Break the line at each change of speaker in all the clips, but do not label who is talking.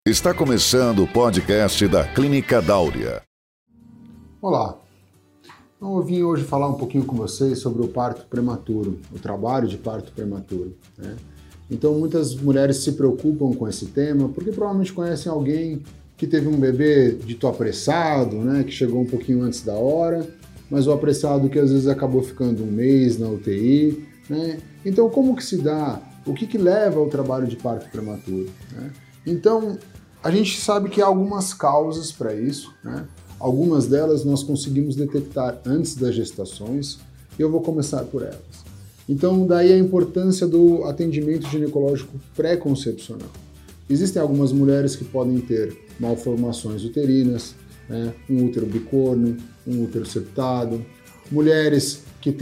Está começando o podcast da Clínica Dáurea.
Olá, então, eu vim hoje falar um pouquinho com vocês sobre o parto prematuro, o trabalho de parto prematuro, né? Então muitas mulheres se preocupam com esse tema porque provavelmente conhecem alguém que teve um bebê dito apressado, né, que chegou um pouquinho antes da hora, mas o apressado que às vezes acabou ficando um mês na UTI, né? Então como que se dá, o que leva ao trabalho de parto prematuro, né? Então, a gente sabe que há algumas causas para isso, né? Algumas delas nós conseguimos detectar antes das gestações, e eu vou começar por elas. Então, daí a importância do atendimento ginecológico pré-concepcional. Existem algumas mulheres que podem ter malformações uterinas, né? Um útero bicorno, um útero septado, mulheres que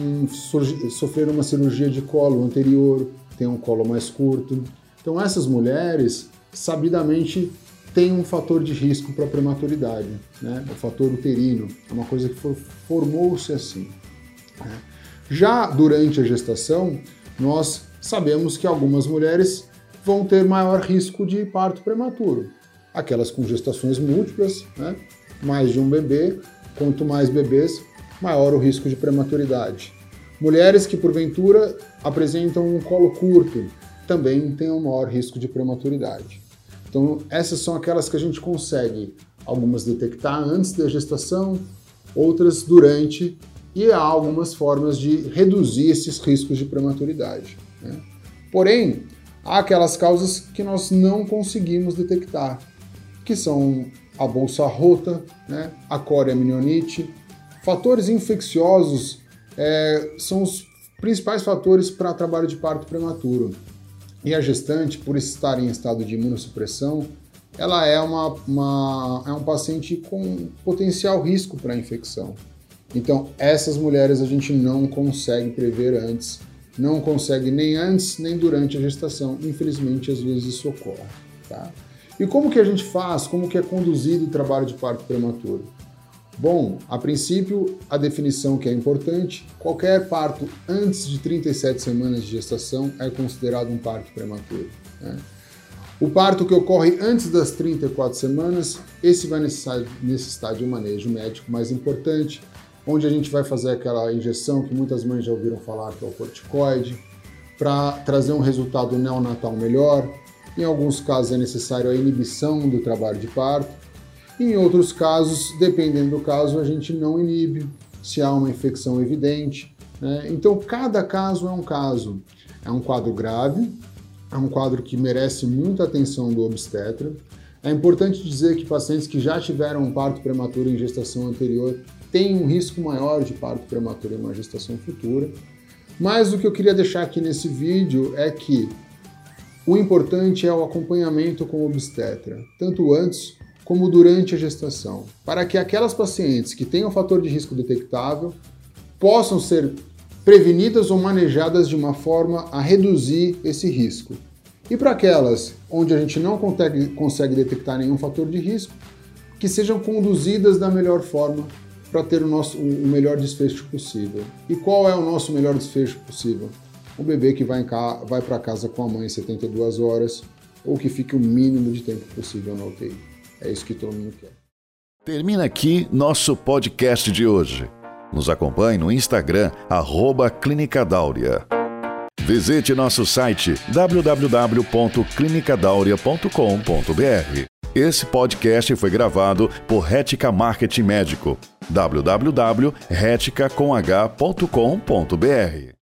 sofreram uma cirurgia de colo anterior, têm um colo mais curto. Então, essas mulheres sabidamente tem um fator de risco para a prematuridade, né? O fator uterino é uma coisa que formou-se assim, né? Já durante a gestação, nós sabemos que algumas mulheres vão ter maior risco de parto prematuro. Aquelas com gestações múltiplas, né? Mais de um bebê, quanto mais bebês, maior o risco de prematuridade. Mulheres que porventura apresentam um colo curto também têm um maior risco de prematuridade. Então, essas são aquelas que a gente consegue, algumas detectar antes da gestação, outras durante, e há algumas formas de reduzir esses riscos de prematuridade, né? Porém, há aquelas causas que nós não conseguimos detectar, que são a bolsa rota, né? A coriamnioniite. Fatores infecciosos são os principais fatores para trabalho de parto prematuro. E a gestante, por estar em estado de imunossupressão, ela é um paciente com potencial risco para a infecção. Então, essas mulheres a gente não consegue prever antes, não consegue nem antes nem durante a gestação. Infelizmente, às vezes isso ocorre, tá? E como que a gente faz? Como que é conduzido o trabalho de parto prematuro? Bom, a princípio, a definição que é importante, qualquer parto antes de 37 semanas de gestação é considerado um parto prematuro, né? O parto que ocorre antes das 34 semanas, esse vai necessitar de um manejo médico mais importante, onde a gente vai fazer aquela injeção que muitas mães já ouviram falar, que é o corticoide, para trazer um resultado neonatal melhor. Em alguns casos é necessário a inibição do trabalho de parto. Em outros casos, dependendo do caso, a gente não inibe, se há uma infecção evidente, né? Então, cada caso é um caso. É um quadro grave, é um quadro que merece muita atenção do obstetra. É importante dizer que pacientes que já tiveram um parto prematuro em gestação anterior têm um risco maior de parto prematuro em uma gestação futura. Mas o que eu queria deixar aqui nesse vídeo é que o importante é o acompanhamento com o obstetra, tanto antes como durante a gestação, para que aquelas pacientes que têm um fator de risco detectável possam ser prevenidas ou manejadas de uma forma a reduzir esse risco. E para aquelas onde a gente não consegue detectar nenhum fator de risco, que sejam conduzidas da melhor forma para ter o melhor desfecho possível. E qual é o nosso melhor desfecho possível? Um bebê que vai para casa com a mãe 72 horas ou que fique o mínimo de tempo possível na UTI. É isso que todo mundo quer.
Termina aqui nosso podcast de hoje. Nos acompanhe no Instagram, @Clínica Dáurea. Visite nosso site www.clinicadaurea.com.br. Esse podcast foi gravado por Rética Marketing Médico. www.retica.com.br